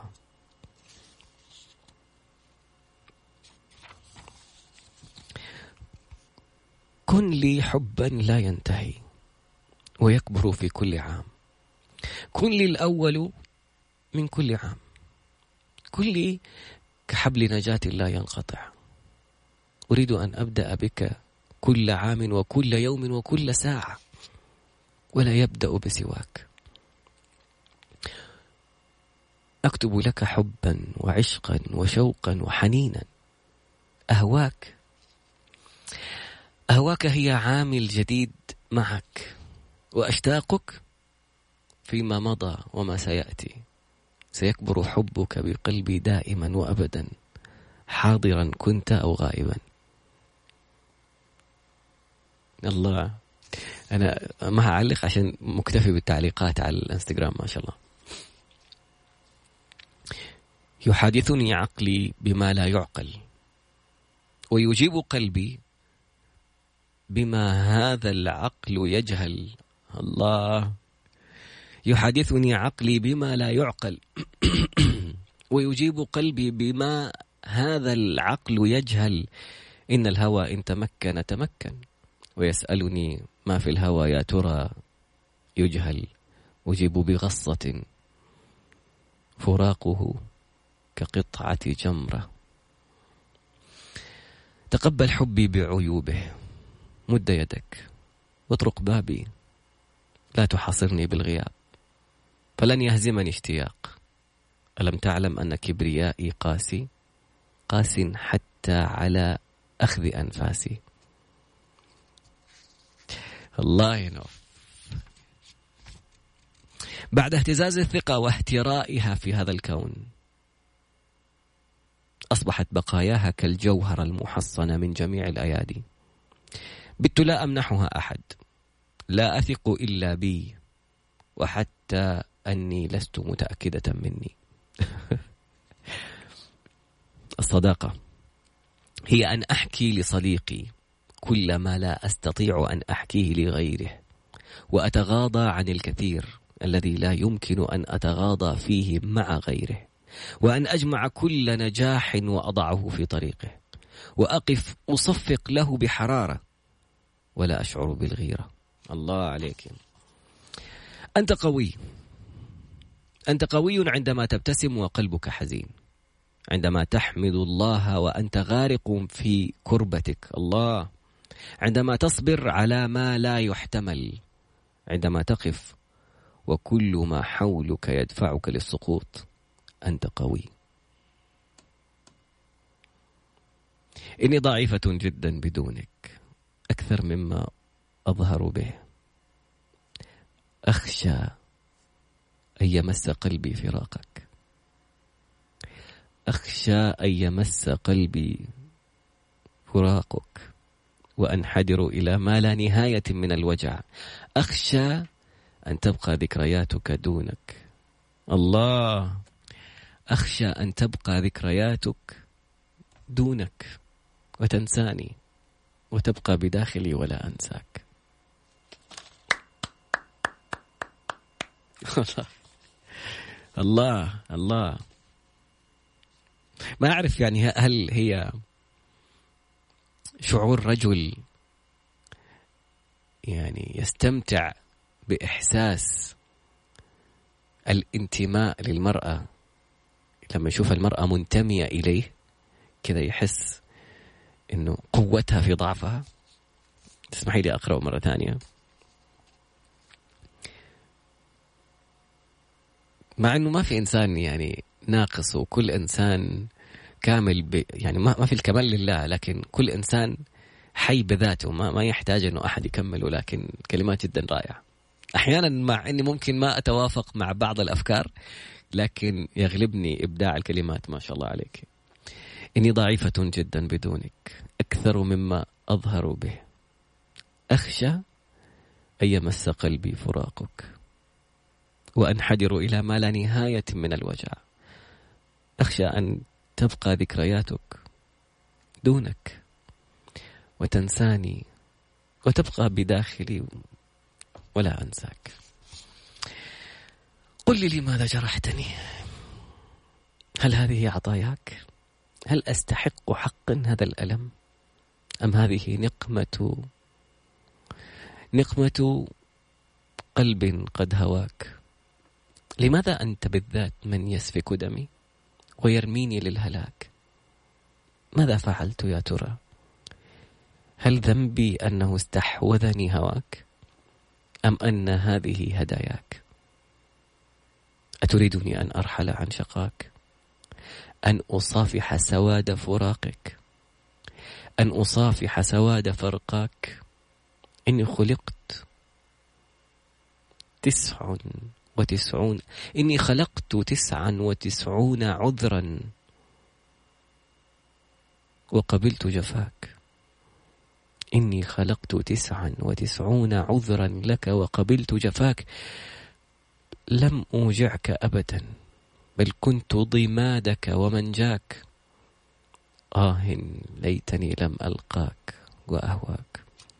كن لي حبا لا ينتهي ويكبر في كل عام، كن لي الأول من كل عام، كن لي كحبل نجاة لا ينقطع. أريد أن أبدأ بك كل عام وكل يوم وكل ساعة، ولا يبدأ بسواك. أكتب لك حبا وعشقا وشوقا وحنينا. أهواك هي عامل جديد معك، وأشتاقك فيما مضى وما سيأتي. سيكبر حبك بقلبي دائما وأبدا، حاضرا كنت أو غائبا. الله، أنا ما هعلق عشان مكتفي بالتعليقات على الانستغرام ما شاء الله. يحادثني عقلي بما لا يعقل، ويجيب قلبي بما هذا العقل يجهل. الله. يحادثني عقلي بما لا يعقل ويجيب قلبي بما هذا العقل يجهل. إن الهوى إن تمكن تمكن، ويسألني ما في الهوى يا ترى يجهل. أجيب بغصة فراقه كقطعة جمرة. تقبل حبي بعيوبه، مد يدك واطرق بابي، لا تحاصرني بالغياب، فلن يهزمني اشتياق. ألم تعلم أن كبريائي قاسي، قاس حتى على أخذ أنفاسي. الله ينوف. بعد اهتزاز الثقة واهترائها في هذا الكون، أصبحت بقاياها كالجوهر المحصن من جميع الأيادي. بت لا أمنحها أحد، لا أثق إلا بي، وحتى أني لست متأكدة مني. الصداقة هي أن أحكي لصديقي كل ما لا أستطيع أن أحكيه لغيره، وأتغاضى عن الكثير الذي لا يمكن أن أتغاضى فيه مع غيره، وأن أجمع كل نجاح وأضعه في طريقه، وأقف أصفق له بحرارة ولا أشعر بالغيرة. الله عليك. أنت قوي أنت قوي عندما تبتسم وقلبك حزين، عندما تحمد الله وأنت غارق في كربتك، الله، عندما تصبر على ما لا يحتمل، عندما تقف وكل ما حولك يدفعك للسقوط، أنت قوي. إني ضعيفة جدا بدونك أكثر مما أظهر به، أخشى أن يمس قلبي فراقك، أخشى أن يمس قلبي فراقك وأنحدر إلى ما لا نهاية من الوجع، أخشى أن تبقى ذكرياتك دونك، الله، أخشى أن تبقى ذكرياتك دونك وتنساني وتبقى بداخلي ولا أنساك. الله الله، ما أعرف يعني هل هي شعور رجل يعني يستمتع بإحساس الانتماء للمرأة لما يشوف المرأة منتمية إليه كذا، يحس إنه قوتها في ضعفها. تسمحي لي أقرأ مرة ثانية. مع إنه ما في إنسان يعني ناقص، وكل إنسان كامل يعني ما في الكمال لله، لكن كل إنسان حي بذاته، ما يحتاج إنه أحد يكمله. لكن كلمات جدا رائعة. أحيانا مع إني ممكن ما أتوافق مع بعض الأفكار، لكن يغلبني إبداع الكلمات. ما شاء الله عليك. إني ضعيفة جدا بدونك أكثر مما أظهر به، أخشى أن يمس قلبي فراقك وأنحدر إلى ما لا نهاية من الوجع، أخشى أن تبقى ذكرياتك دونك وتنساني وتبقى بداخلي ولا أنساك. قل لي لماذا جرحتني؟ هل هذه عطاياك؟ هل أستحق حقا هذا الألم؟ أم هذه نقمة قلب قد هواك؟ لماذا أنت بالذات من يسفك دمي ويرميني للهلاك؟ ماذا فعلت يا ترى؟ هل ذنبي أنه استحوذني هواك؟ أم أن هذه هداياك؟ أتريدني أن أرحل عن شقاك؟ أن أصافح سواد فراقك؟ أن أصافح سواد فرقاك؟ إني خلقت 99، إني خلقت 99 عذرا وقبلت جفاك. إني خلقت 99 عذرا لك وقبلت جفاك. لم أوجعك أبدا، بل كنت ضمادك ومنجاك. ليتني لم ألقاك وأهواك.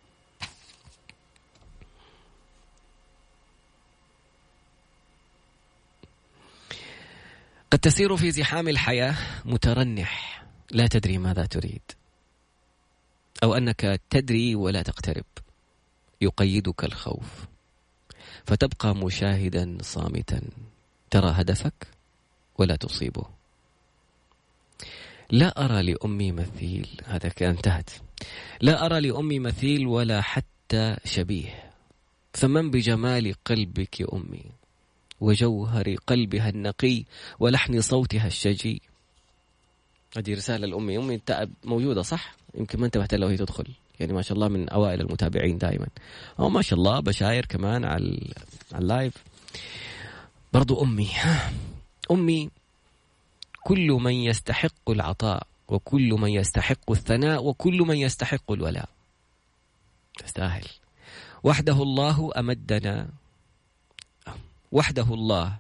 قد تسير في زحام الحياة مترنح، لا تدري ماذا تريد، أو أنك تدري ولا تقترب. يقيدك الخوف فتبقى مشاهدا صامتا، ترى هدفك ولا تصيبه. لا أرى لأمي مثيل، هذا انتهت. لا أرى لأمي مثيل ولا حتى شبيه، فمن بجمال قلبك يا أمي وجوهر قلبها النقي ولحن صوتها الشجي. هذه رسالة الأمي. أمي موجودة صح؟ يمكن ما انتبهت لو هي تدخل، يعني ما شاء الله من أوائل المتابعين دائما، أو ما شاء الله بشاير كمان على اللايف. برضو أمي كل من يستحق العطاء، وكل من يستحق الثناء، وكل من يستحق الولاء. تستاهل. وحده الله أمدنا، وحده الله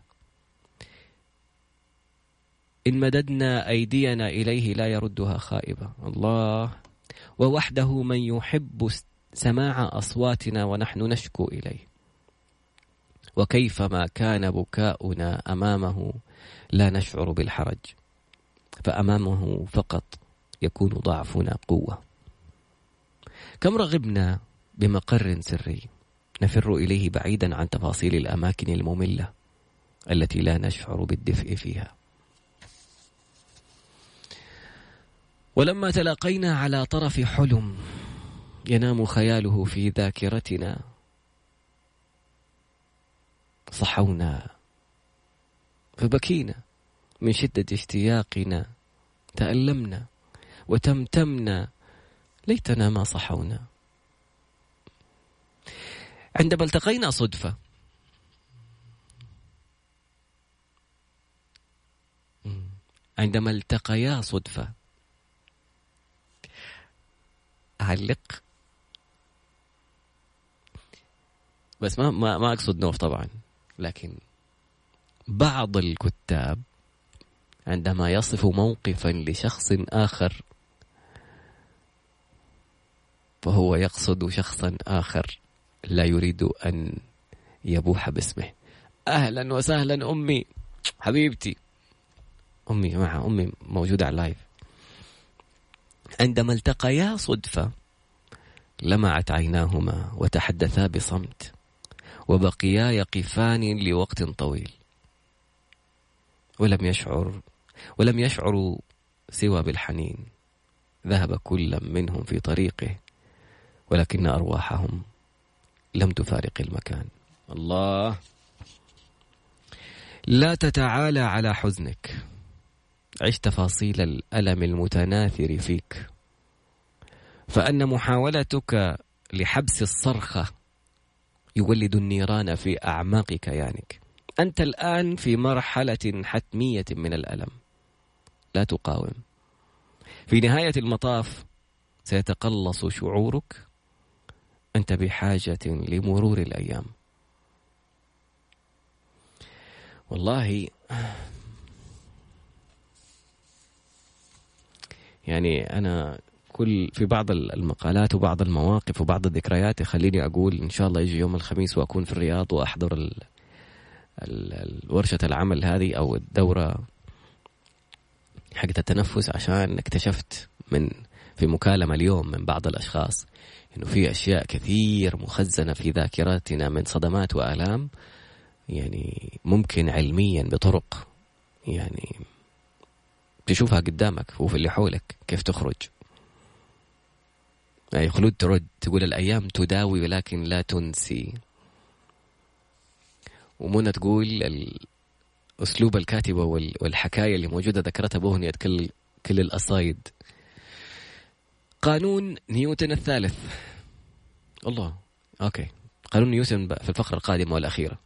إن مددنا أيدينا إليه لا يردها خائبة. الله. ووحده من يحب سماع أصواتنا ونحن نشكو إليه. وكيفما كان بكاؤنا أمامه لا نشعر بالحرج، فأمامه فقط يكون ضعفنا قوة. كم رغبنا بمقر سري نفر إليه بعيدا عن تفاصيل الأماكن المملة، التي لا نشعر بالدفء فيها. ولما تلاقينا على طرف حلم ينام خياله في ذاكرتنا صحونا فبكينا من شدة اشتياقنا، تألمنا وتمتمنا ليتنا ما صحونا. عندما التقينا صدفة عندما التقيا صدفة أعلق بس ما أقصد نوف طبعا، لكن بعض الكتاب عندما يصف موقفا لشخص آخر فهو يقصد شخصا آخر لا يريد أن يبوح باسمه. أهلا وسهلا أمي حبيبتي، أمي جماعة، أمي موجودة على اللايف. عندما التقيا صدفة لمعت عيناهما وتحدثا بصمت وبقيا يقفان لوقت طويل ولم يشعروا سوى بالحنين. ذهب كل منهم في طريقه ولكن أرواحهم لم تفارق المكان. الله، لا تتعالى على حزنك، عش تفاصيل الألم المتناثر فيك، فأن محاولتك لحبس الصرخة يولد النيران في أعماق كيانك. أنت الآن في مرحلة حتمية من الألم، لا تقاوم. في نهاية المطاف سيتقلص شعورك، أنت بحاجة لمرور الأيام. والله يعني أنا في بعض المقالات وبعض المواقف وبعض الذكريات يخليني أقول إن شاء الله يجي يوم الخميس وأكون في الرياض وأحضر ورشة العمل هذه أو الدورة حق التنفس، عشان اكتشفت في مكالمة اليوم من بعض الأشخاص إنه في أشياء كثير مخزنة في ذاكرتنا من صدمات وآلام، يعني ممكن علميا بطرق يعني تشوفها قدامك وفي اللي حولك كيف تخرج. يعني خلود ترد تقول الأيام تداوي ولكن لا تنسي. ومنى تقول أسلوب الكاتبة والحكاية اللي موجودة ذكرتها بأغنية كل الأصايد. قانون نيوتن الثالث. الله، أوكي، قانون نيوتن في الفقرة القادمة والأخيرة.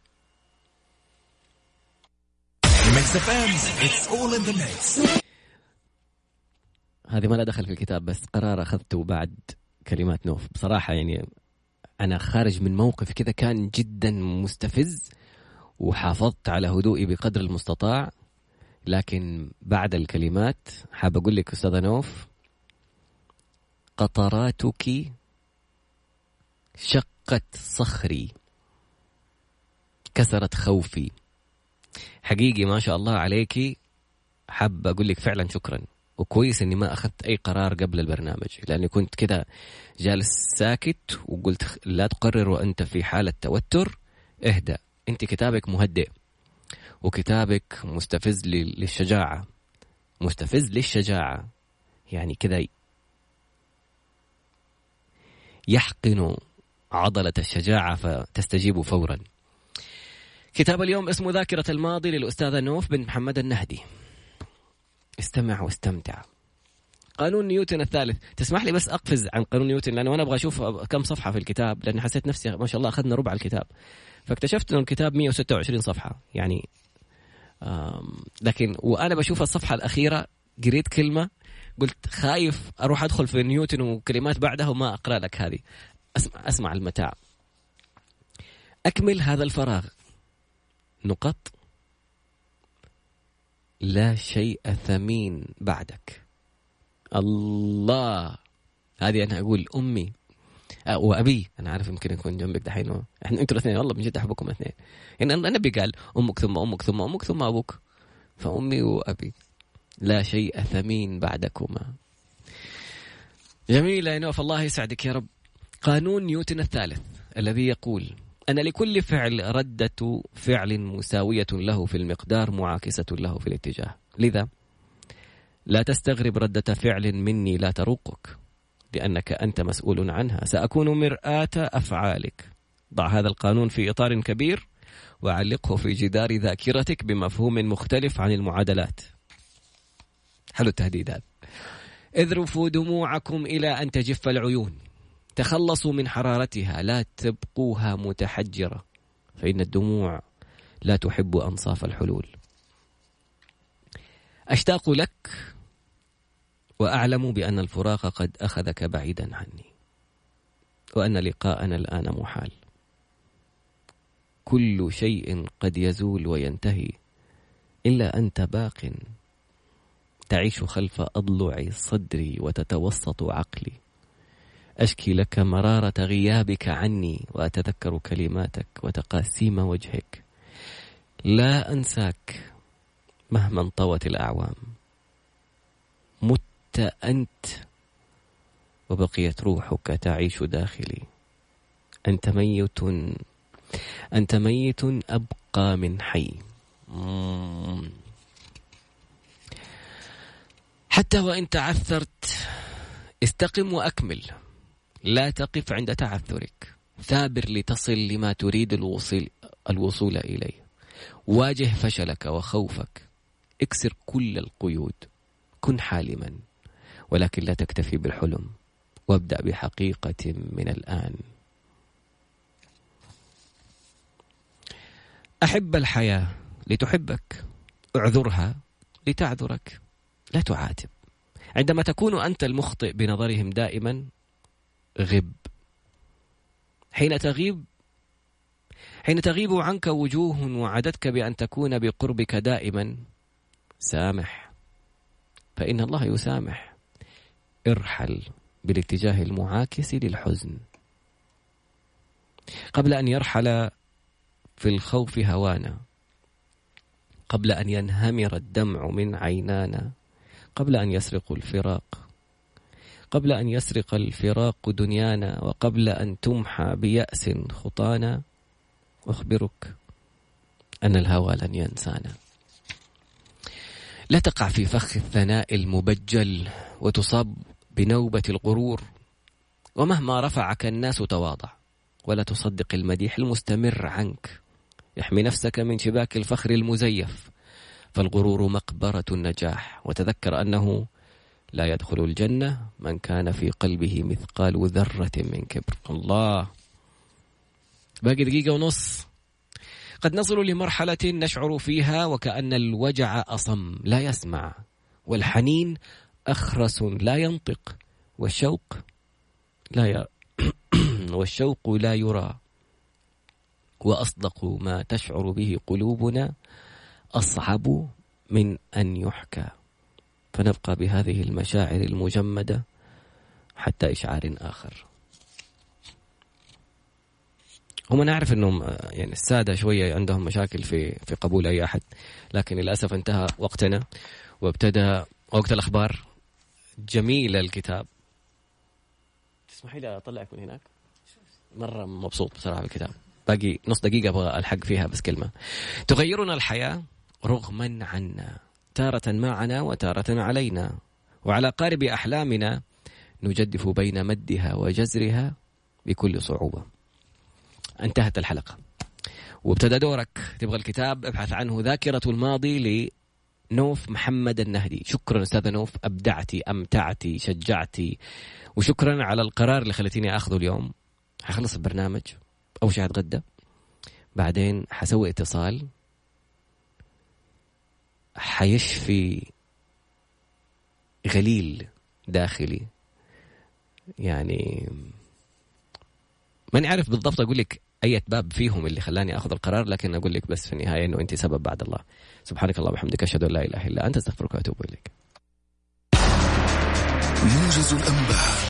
هذه ما لا دخل في الكتاب، بس قرار أخذته بعد كلمات نوف. بصراحة يعني أنا خارج من موقف كذا كان جدا مستفز وحافظت على هدوئي بقدر المستطاع، لكن بعد الكلمات حاب أقول لك أستاذة نوف، قطراتك شقت صخري، كسرت خوفي. حقيقي ما شاء الله عليكي، حاب أقول لك فعلا شكرا، وكويس أني ما أخذت أي قرار قبل البرنامج، لأني كنت كده جالس ساكت وقلت لا تقرر وأنت في حالة توتر، اهدأ. أنت كتابك مهدئ وكتابك مستفز للشجاعة، مستفز للشجاعة، يعني كده يحقن عضلة الشجاعة فتستجيب فورا. كتاب اليوم اسمه ذاكرة الماضي للأستاذة نوف بن محمد النهدي. استمع واستمتع. قانون نيوتن الثالث. تسمح لي بس أقفز عن قانون نيوتن، لأنه أنا أبغى أشوف كم صفحة في الكتاب، لأن حسيت نفسي ما شاء الله أخذنا ربع الكتاب، فاكتشفت أنه الكتاب 126 صفحة يعني. لكن وأنا بشوف الصفحة الأخيرة قريت كلمة قلت خايف أروح أدخل في نيوتن وكلمات بعدها وما أقرأ لك هذه. أسمع المتاع. أكمل هذا الفراغ، نقط، لا شيء ثمين بعدك. الله، هذه أنا أقول أمي وأبي، أنا عارف يمكن يكون جنبك دحين، إحنا أنتوا الاثنين والله من جد أحبكم الاثنين. يعني النبي قال أمك ثم أمك ثم أمك ثم أبوك، فأمي وأبي لا شيء ثمين بعدكما. جميلة يا نوف، الله يسعدك يا رب. قانون نيوتن الثالث الذي يقول أن لكل فعل ردة فعل مساوية له في المقدار معاكسة له في الاتجاه. لذا لا تستغرب ردة فعل مني لا تروقك، لأنك أنت مسؤول عنها. سأكون مرآة أفعالك. ضع هذا القانون في إطار كبير وعلقه في جدار ذاكرتك بمفهوم مختلف عن المعادلات. حلو التهديد هذا. اذرفوا دموعكم إلى أن تجف العيون، تخلصوا من حرارتها، لا تبقوها متحجرة، فإن الدموع لا تحب أنصاف الحلول. أشتاق لك وأعلم بأن الفراق قد أخذك بعيدا عني، وأن لقاءنا الآن محال. كل شيء قد يزول وينتهي إلا أنت باق، تعيش خلف أضلع صدري وتتوسط عقلي. أشكي لك مرارة غيابك عني وأتذكر كلماتك وتقاسيم وجهك. لا أنساك مهما انطوت الأعوام. مت أنت وبقيت روحك تعيش داخلي. أنت ميت أبقى من حي. حتى وإن تعثرت استقم وأكمل، لا تقف عند تعثرك. ثابر لتصل لما تريد الوصول إليه. واجه فشلك وخوفك، اكسر كل القيود، كن حالما، ولكن لا تكتفي بالحلم، وابدأ بحقيقة من الآن. أحب الحياة لتحبك، اعذرها لتعذرك، لا تعاتب. عندما تكون أنت المخطئ بنظرهم دائما غب. حين تغيب عنك وجوه وعدتك بأن تكون بقربك دائما، سامح، فإن الله يسامح. ارحل بالاتجاه المعاكس للحزن. قبل أن يرحل في الخوف هوانا، قبل أن ينهمر الدمع من عينانا، قبل أن يسرق الفراق دنيانا، وقبل أن تمحى بيأس خطانا، أخبرك أن الهوى لن ينسانا. لا تقع في فخ الثناء المبجل وتصاب بنوبة الغرور، ومهما رفعك الناس تواضع، ولا تصدق المديح المستمر عنك. احمي نفسك من شباك الفخر المزيف، فالغرور مقبرة النجاح. وتذكر أنه لا يدخل الجنة من كان في قلبه مثقال ذرة من كبر. الله، باقي دقيقة ونص. قد نصل لمرحلة نشعر فيها وكأن الوجع أصم لا يسمع، والحنين أخرس لا ينطق، والشوق لا يرى، وأصدق ما تشعر به قلوبنا أصعب من أن يحكى. فنبقى بهذه المشاعر المجمدة حتى إشعار آخر. هم نعرف أنهم يعني السادة شوية عندهم مشاكل في قبول أي أحد، لكن للأسف انتهى وقتنا وابتدى وقت الأخبار. جميل الكتاب. تسمحي لي أطلعك من هناك؟ مرة مبسوط بصراحة بالكتاب. باقي نص دقيقة أبغى ألحق فيها بس كلمة. تغيرنا الحياة رغما عنا، تارة معنا وتارة علينا، وعلى قارب أحلامنا نجدف بين مدها وجزرها بكل صعوبة. انتهت الحلقة وابتدى دورك. تبغى الكتاب ابحث عنه، ذاكرة الماضي لنوف محمد النهدي. شكرا أستاذ نوف، أبدعتي، أمتعتي، شجعتي، وشكرا على القرار اللي خلتيني أخذه اليوم. حخلص البرنامج، أول شيء هتغدى، بعدين حسوي اتصال حيشفي غليل داخلي. يعني ماني عارف بالضبط أقول لك أي باب فيهم اللي خلاني أخذ القرار، لكن أقول لك بس في النهاية أنه أنت سبب بعد الله. سبحانك الله وبحمدك، أشهد أن لا إله إلا أنت، أستغفرك وأتوب إليك. موجز الأنباء.